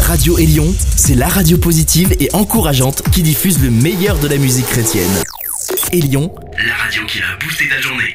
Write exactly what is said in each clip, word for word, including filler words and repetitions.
Radio Élion, c'est la radio positive et encourageante qui diffuse le meilleur de la musique chrétienne. Élion, la radio qui a boosté ta journée.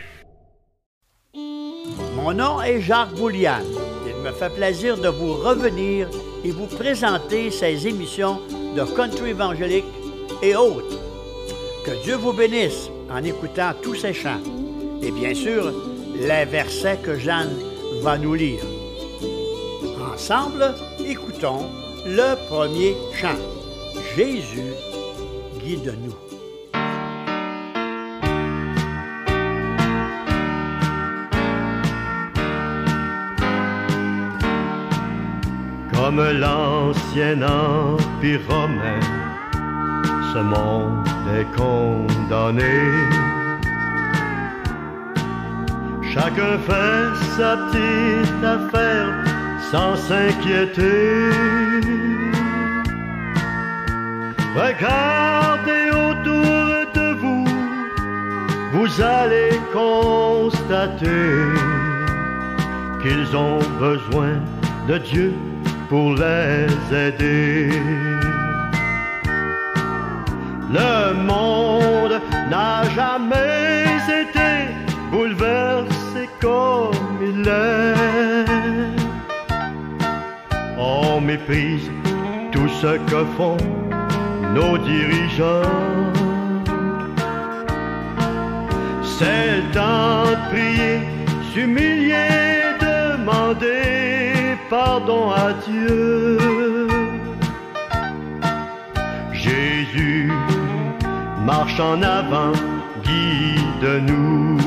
Mon nom est Jacques Boulian. Il me fait plaisir de vous revenir et vous présenter ces émissions de country évangélique et autres. Que Dieu vous bénisse en écoutant tous ces chants. Et bien sûr, les versets que Jeanne va nous lire. Ensemble, écoutons le premier chant. Jésus, guide-nous. Comme l'ancien empire romain, ce monde est condamné. Chacun fait sa petite affaire sans s'inquiéter. Regardez autour de vous, vous allez constater qu'ils ont besoin de Dieu pour les aider. Le monde n'a jamais été bouleversé comme il est. On méprise tout ce que font nos dirigeants. C'est le temps de prier, s'humilier, demander pardon à Dieu. Jésus marche en avant, guide-nous.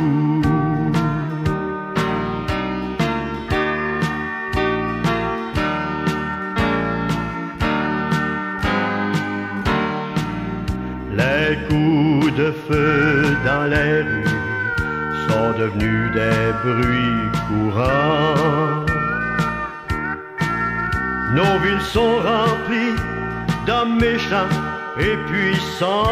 Les coups de feu dans les rues sont devenus des bruits courants. Nos villes sont remplies d'hommes méchants et puissants.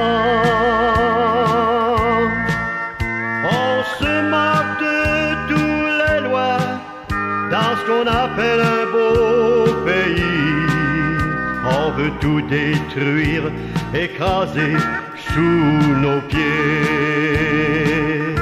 On se moque de toutes les lois dans ce qu'on appelle un beau pays. On veut tout détruire, écraser sous nos pieds.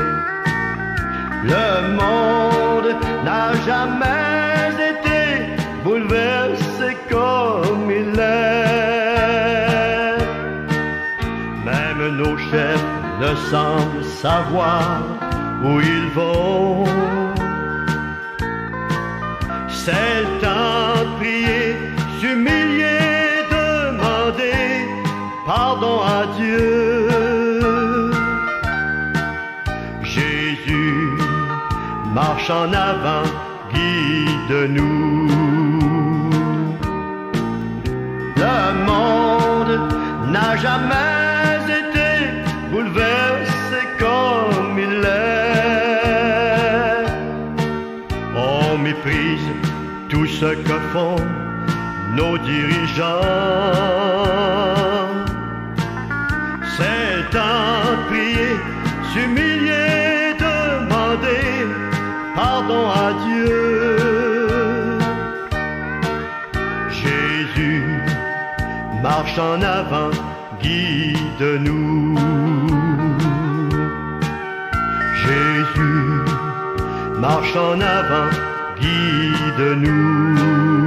Le monde n'a jamais été bouleversé comme il est. Même nos chefs ne semblent savoir où ils vont. C'est le temps de prier, s'humilier, demander pardon à Dieu. Jésus marche en avant, guide-nous. Le monde n'a jamais été bouleversé comme il est. On méprise tout ce que font nos dirigeants. C'est le temps de prier, s'humilier, demander pardon à Dieu. Jésus marche en avant, guide-nous. Jésus marche en avant, guide-nous.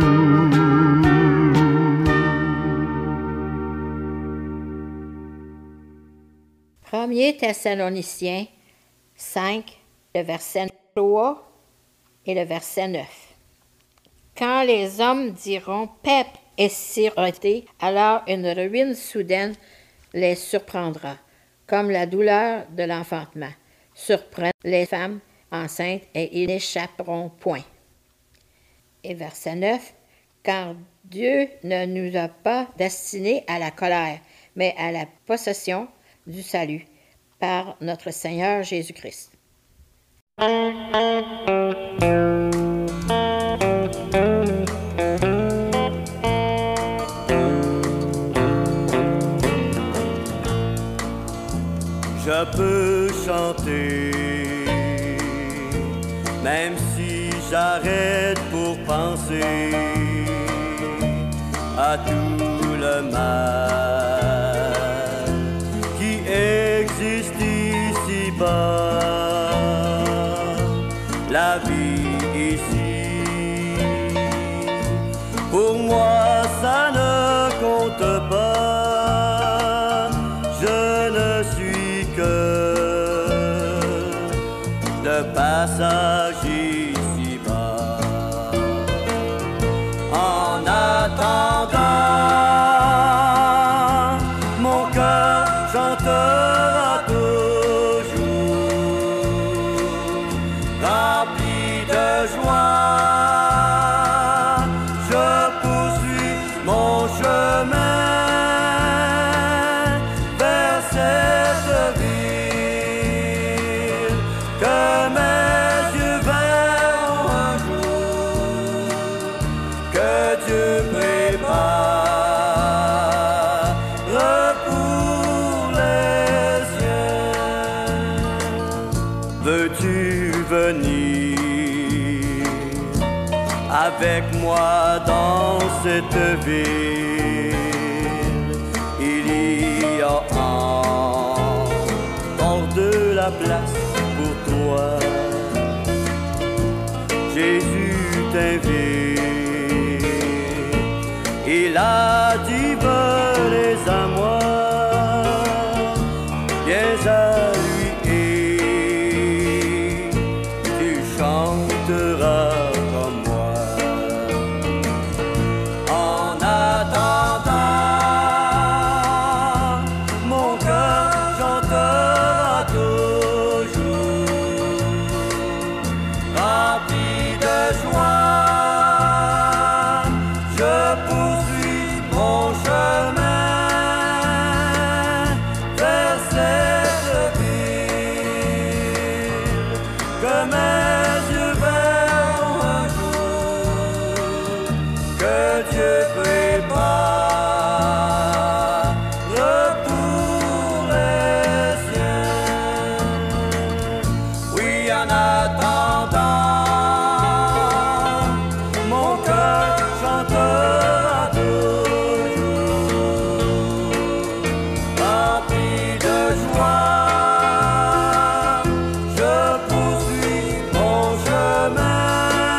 premier Thessaloniciens cinq, le verset trois et le verset neuf. Quand les hommes diront paix et sûreté, alors une ruine soudaine les surprendra, comme la douleur de l'enfantement surprend les femmes enceintes et ils n'échapperont point. Et verset neuf, car Dieu ne nous a pas destinés à la colère, mais à la possession du salut par notre Seigneur Jésus-Christ. Je peux chanter, même si j'arrête pour penser à tout le mal qui existe ici-bas. La vie ici, pour moi ça ne compte pas. Je ne suis que de passage ici-bas. En attendant, mon cœur chantera toujours, rempli de joie. Je poursuis mon chemin vers cette ville que mes yeux verront un jour, que Dieu prépare pour les siens. Veux-tu venir avec moi dans cette ville? Il y a encore de la place pour toi. Jésus t'invite, il a dit venez à moi, viens à lui et tu chanteras comme moi. En attendant, mon cœur chantera toujours, rempli de joie. Je poursuis mon chemin vers cette ville que mes yeux verront un jour, que Dieu prépare pour les siens. Oui, en attendant, mon cœur chantera toujours, rempli de joie. Je poursuis mon chemin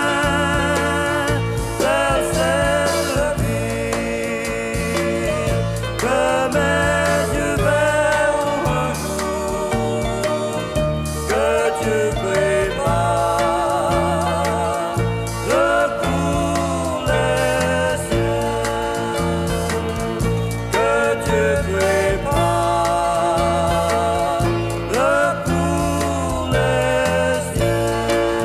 vers cette ville que mes yeux verront un jour, que Dieu prépare pour les siens, que Dieu prépare pour les siens.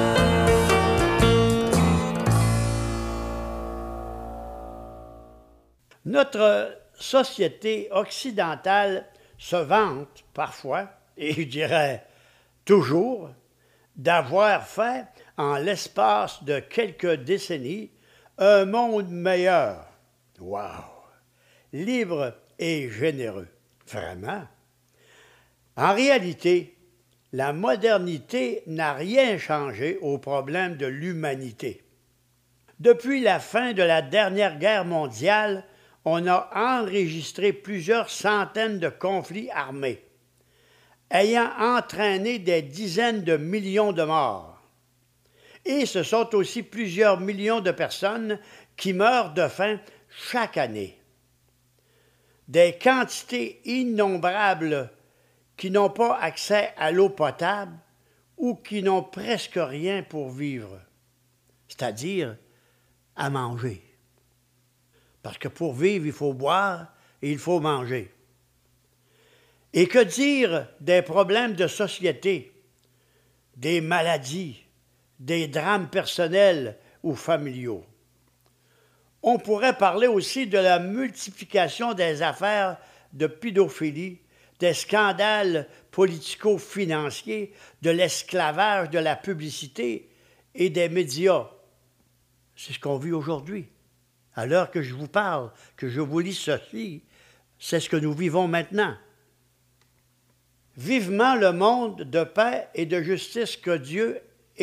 Notre société occidentale se vante parfois, et je dirais toujours, d'avoir fait, en l'espace de quelques décennies, un monde meilleur. Wow! Libre et généreux. Vraiment. En réalité, la modernité n'a rien changé aux problèmes de l'humanité. Depuis la fin de la dernière guerre mondiale, on a enregistré plusieurs centaines de conflits armés, ayant entraîné des dizaines de millions de morts. Et ce sont aussi plusieurs millions de personnes qui meurent de faim chaque année. Des quantités innombrables qui n'ont pas accès à l'eau potable ou qui n'ont presque rien pour vivre, c'est-à-dire à manger. Parce que pour vivre, il faut boire et il faut manger. Et que dire des problèmes de société, des maladies, des drames personnels ou familiaux? On pourrait parler aussi de la multiplication des affaires de pédophilie, des scandales politico-financiers, de l'esclavage de la publicité et des médias. C'est ce qu'on vit aujourd'hui. À l'heure que je vous parle, que je vous lis ceci, c'est ce que nous vivons maintenant. Vivement le monde de paix et de justice que Dieu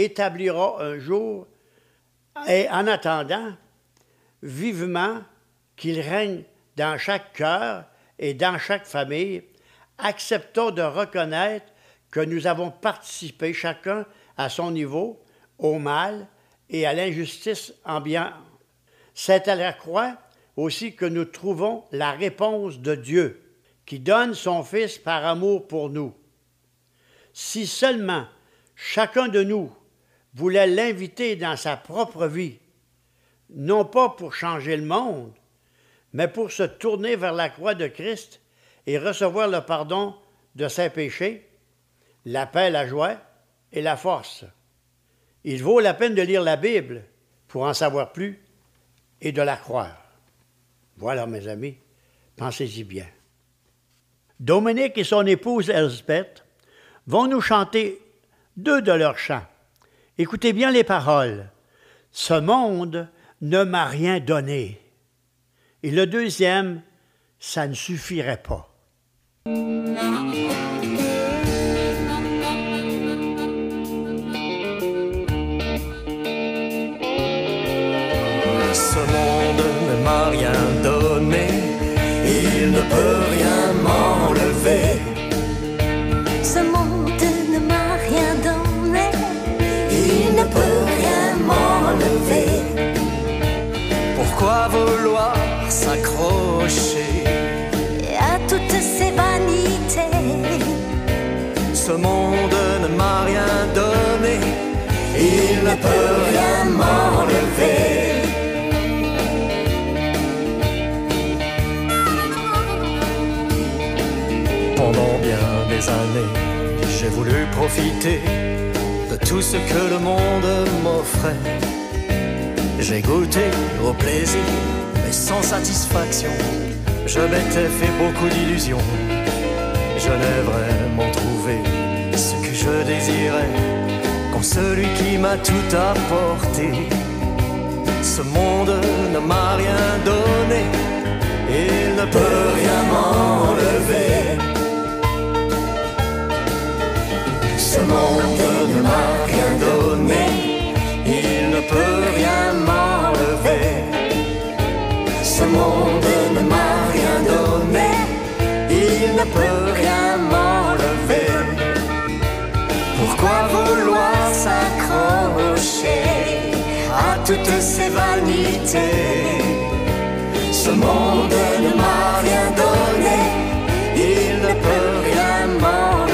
établira un jour, et en attendant, vivement qu'il règne dans chaque cœur et dans chaque famille, acceptons de reconnaître que nous avons participé chacun à son niveau au mal et à l'injustice ambiante. C'est à la croix aussi que nous trouvons la réponse de Dieu, qui donne son Fils par amour pour nous. Si seulement chacun de nous voulait l'inviter dans sa propre vie, non pas pour changer le monde, mais pour se tourner vers la croix de Christ et recevoir le pardon de ses péchés, la paix, la joie et la force. Il vaut la peine de lire la Bible pour en savoir plus et de la croire. Voilà, mes amis, pensez-y bien. Dominique et son épouse Elsbeth vont nous chanter deux de leurs chants. Écoutez bien les paroles. « Ce monde ne m'a rien donné. » Et le deuxième, « Ça ne suffirait pas. » Ce monde ne m'a rien donné, il ne peut rien m'enlever. Ce monde ne m'a rien donné, il ne peut rien m'enlever. Pourquoi vouloir s'accrocher à toutes ces vanités? Ce monde ne m'a rien donné, il ne peut rien m'enlever. Pendant bien des années, j'ai voulu profiter de tout ce que le monde m'offrait. J'ai goûté au plaisir, mais sans satisfaction. Je m'étais fait beaucoup d'illusions. Je n'ai vraiment trouvé ce que je désirais qu'en celui qui m'a tout apporté. Ce monde ne m'a rien donné, il ne peut rien m'enlever. Ce monde ne m'a rien donné, il ne peut rien m'enlever. Ce monde ne m'a rien donné, il ne peut rien m'enlever. Pourquoi vouloir s'accrocher à toutes ces vanités? Ce monde ne m'a rien donné, il ne peut rien m'enlever.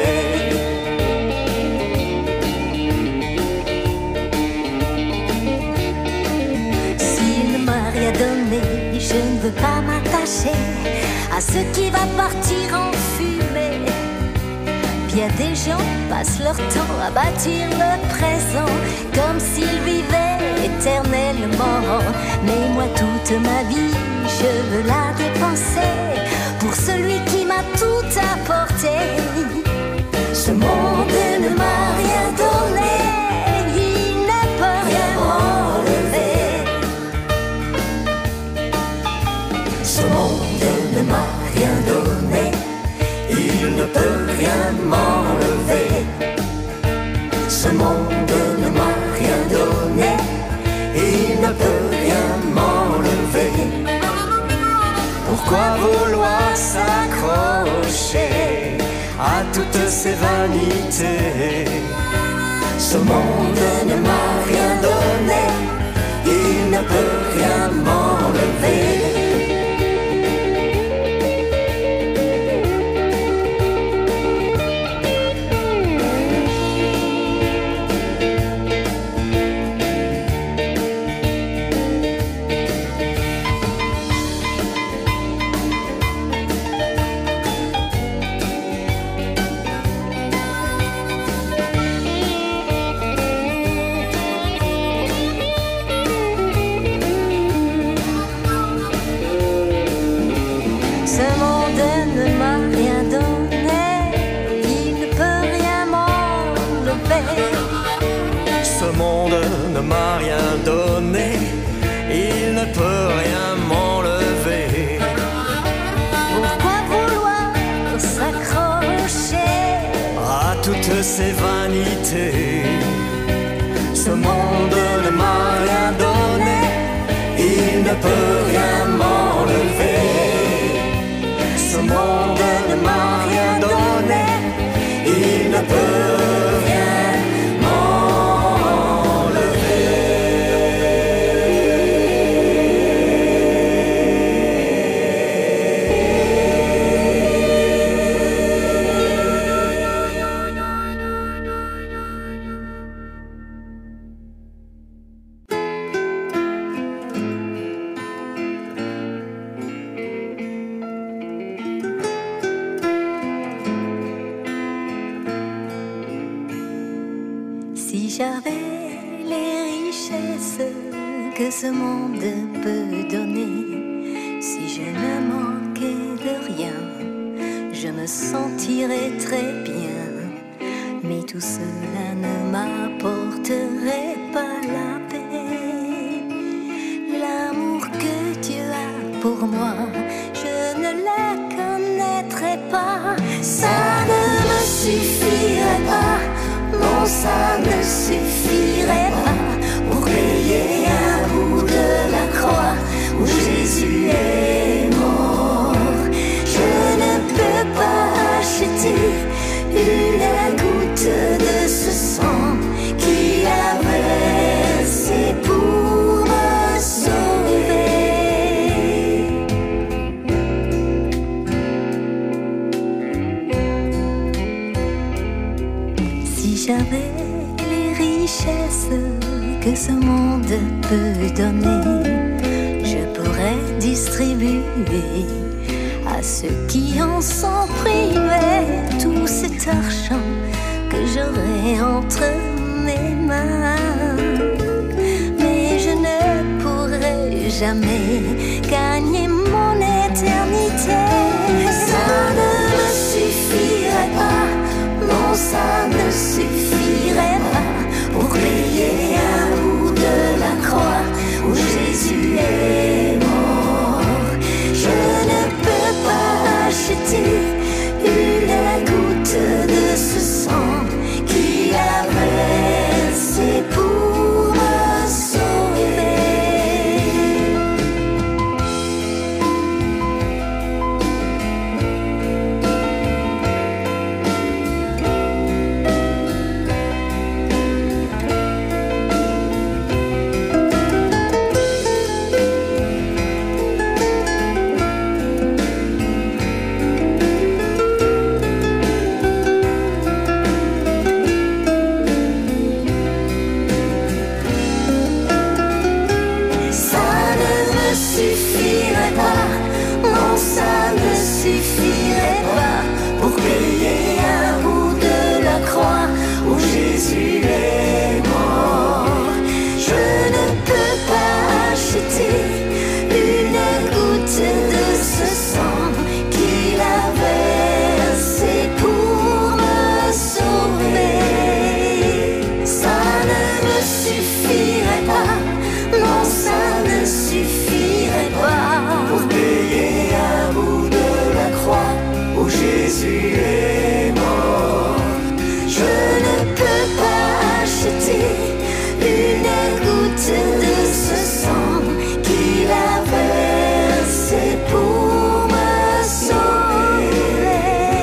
Je ne veux pas m'attacher à ce qui va partir en fumée. Bien des gens passent leur temps à bâtir le présent comme s'ils vivaient éternellement. Mais moi toute ma vie je veux la dépenser pour celui qui m'a tout apporté. Ce monde ne m'a rien donné, il ne peut rien m'enlever. Ce monde ne m'a rien donné, il ne peut rien m'enlever. Ce monde ne m'a rien donné, il ne peut rien m'enlever. Pourquoi vouloir s'accrocher à toutes ces vanités? Ce monde ne m'a rien donné, il ne peut rien m'enlever. Ne m'a rien donné, il ne peut rien m'enlever. Pourquoi vouloir s'accrocher à toutes ces vanités? Ce monde ne m'a rien donné, il ne peut rien m'enlever. j'avais les richesses que ce monde peut donner, si je ne manquais de rien, je me sentirais très bien. Mais tout cela ne m'apporterait pas la paix. L'amour que Dieu a pour moi, je ne la connaîtrais pas. Ça ne me suffirait pas, non, ça ne suffirait pas pour payer un bout de la croix où Jésus est mort. Je ne peux pas acheter une goutte de ce sang qu'il a versé pour me sauver. Si j'avais les richesses que ce monde peut donner, je pourrais distribuer à ceux qui en sont privés tout cet argent que j'aurai entre mes mains. Mais je ne pourrai jamais gagner mon éternité. Ça ne me suffirait pas, non, ça ne suffirait pas pour payer un bout de la croix où Jésus est mort. Je ne peux pas acheter une goutte de ce sang qu'il a versé pour me sauver. Suffirait pas pour payer un bout de la croix où Jésus est mort. Je ne peux pas acheter une goutte de ce sang qu'il a versé pour me sauver. Ça ne me suffirait pas, non, ça ne suffirait pas pour payer un bout de la croix où Jésus est mort. Je ne peux pas acheter une goutte de ce sang qu'il a versé pour me sauver.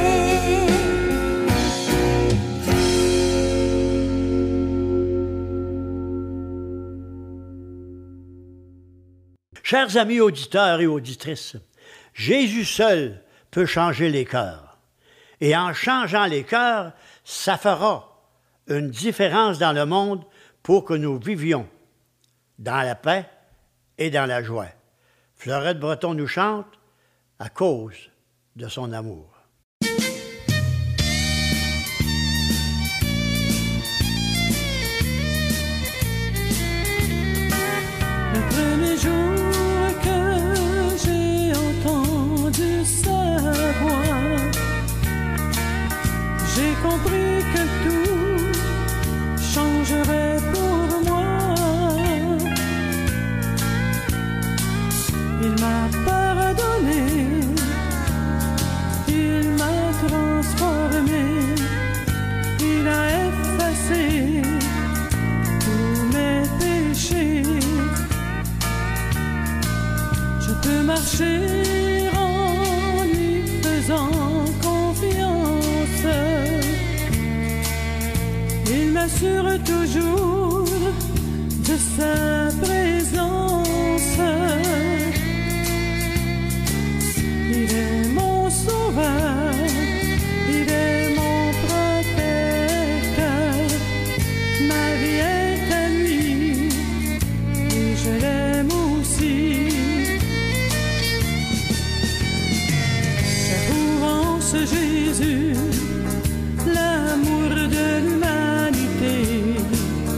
Chers amis auditeurs et auditrices, Jésus seul peut changer les cœurs. Et en changeant les cœurs, ça fera une différence dans le monde pour que nous vivions dans la paix et dans la joie. Fleurette Breton nous chante à cause de son amour. Le premier jour que j'ai entendu sa voix, j'ai compris que tout changerait pour moi. Il m'a pardonné, il m'a transformé, il a effacé tous mes péchés. Je peux marcher en lui faisant confiance. Il m'assure toujours de sa présence. Il est mon sauveur, il est mon protecteur. Ma vie est à lui et je l'aime aussi. J'avoue en ce Jésus l'amour de l'humanité.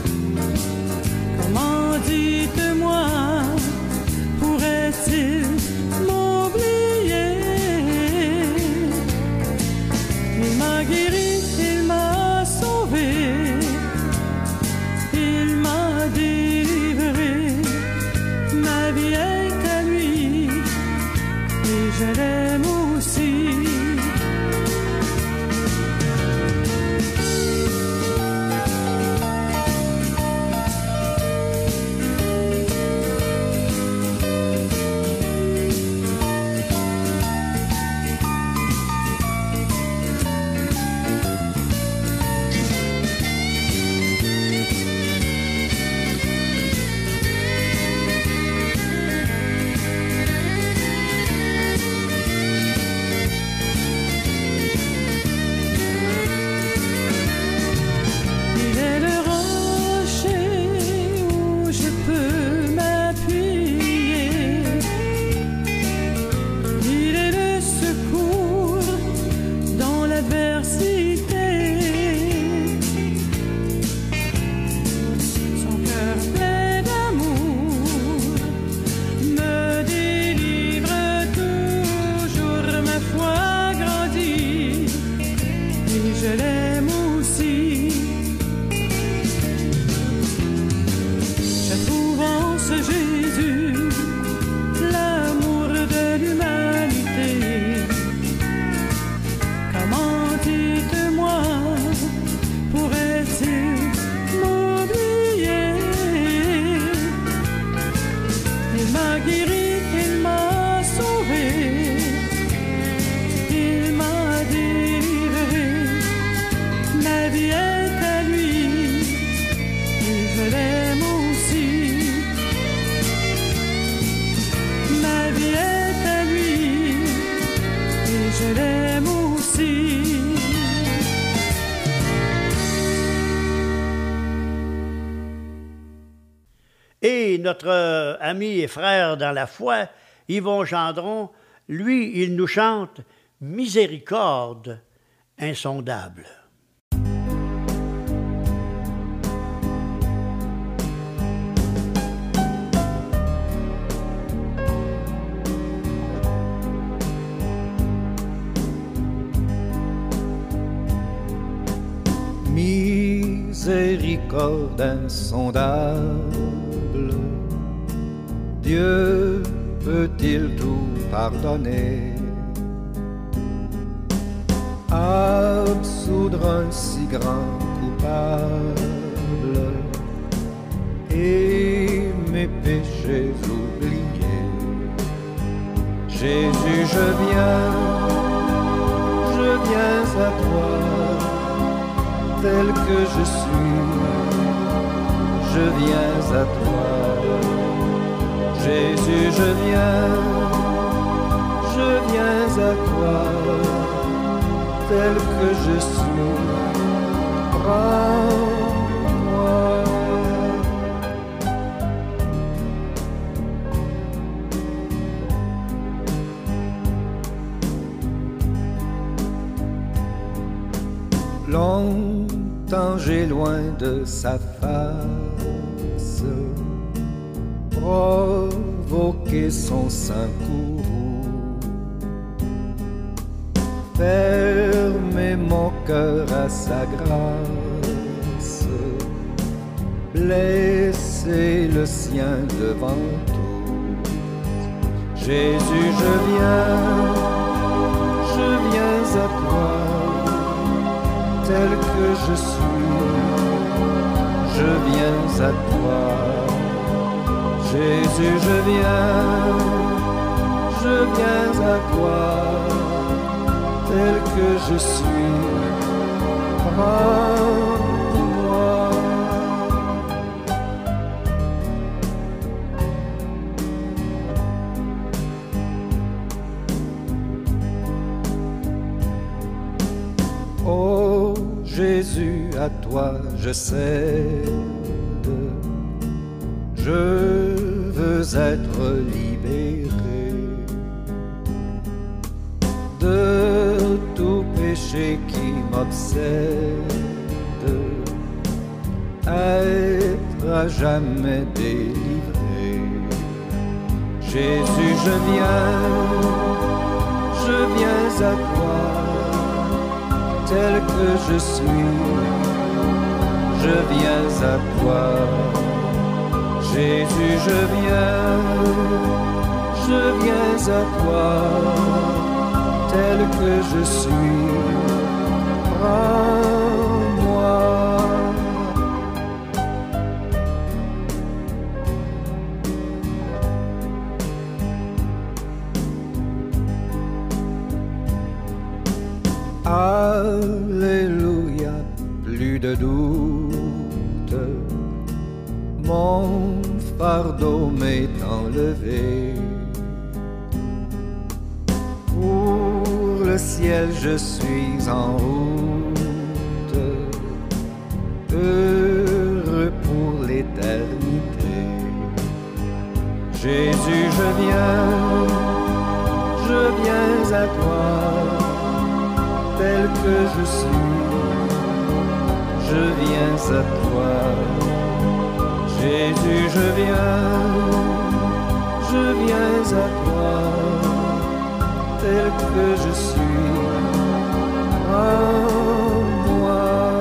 je l'aime aussi. Et notre euh, ami et frère dans la foi, Yvon Gendron, lui, il nous chante « Miséricorde insondable ». Miséricorde insondable, Dieu peut-il tout pardonner, absoudre un si grand coupable et mes péchés oubliés? Jésus, je viens, je viens à toi, tel que je suis, je viens à toi. Jésus, je viens, je viens à toi, tel que je suis, prends-moi. Longtemps j'ai loin de sa face provoqué son sein courroux, fermé mon cœur à sa grâce, blessé le sien devant tout. Jésus, je viens, je viens à toi, tel que je suis, je viens à toi. Jésus, je viens, je viens à toi, tel que je suis, prends-moi. Oh Jésus, à toi je cède, je veux être libéré de tout péché qui m'obsède, être à jamais délivré. Jésus, je viens, je viens à toi, tel que je suis, je viens à toi. Jésus, je viens, je viens à toi, tel que je suis, prends-moi. Alléluia, plus de doute, mon fardeau m'est enlevé. Pour le ciel je suis en route, heureux pour l'éternité. Jésus, je viens, je viens à toi, tel que je suis, je viens à toi. Jésus, je viens, je viens à toi, tel que je suis, prends-moi.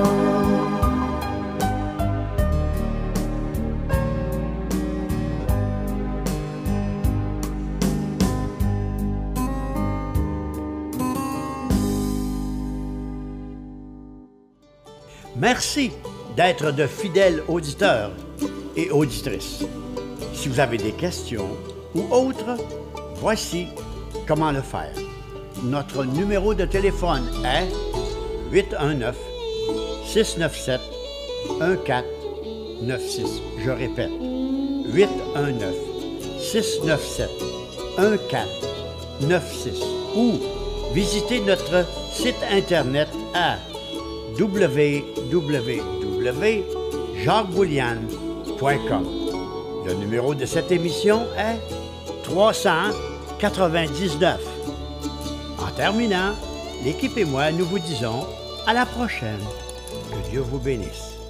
Merci d'être de fidèles auditeurs et auditrices. Si vous avez des questions ou autres, voici comment le faire. Notre numéro de téléphone est huit un neuf, six neuf sept, un quatre neuf six. Je répète, huit un neuf, six neuf sept, un quatre neuf six ou visitez notre site Internet à w w w point jacques boulian point com. Le numéro de cette émission est trois cent quatre-vingt-dix-neuf. En terminant, l'équipe et moi, nous vous disons à la prochaine. Que Dieu vous bénisse.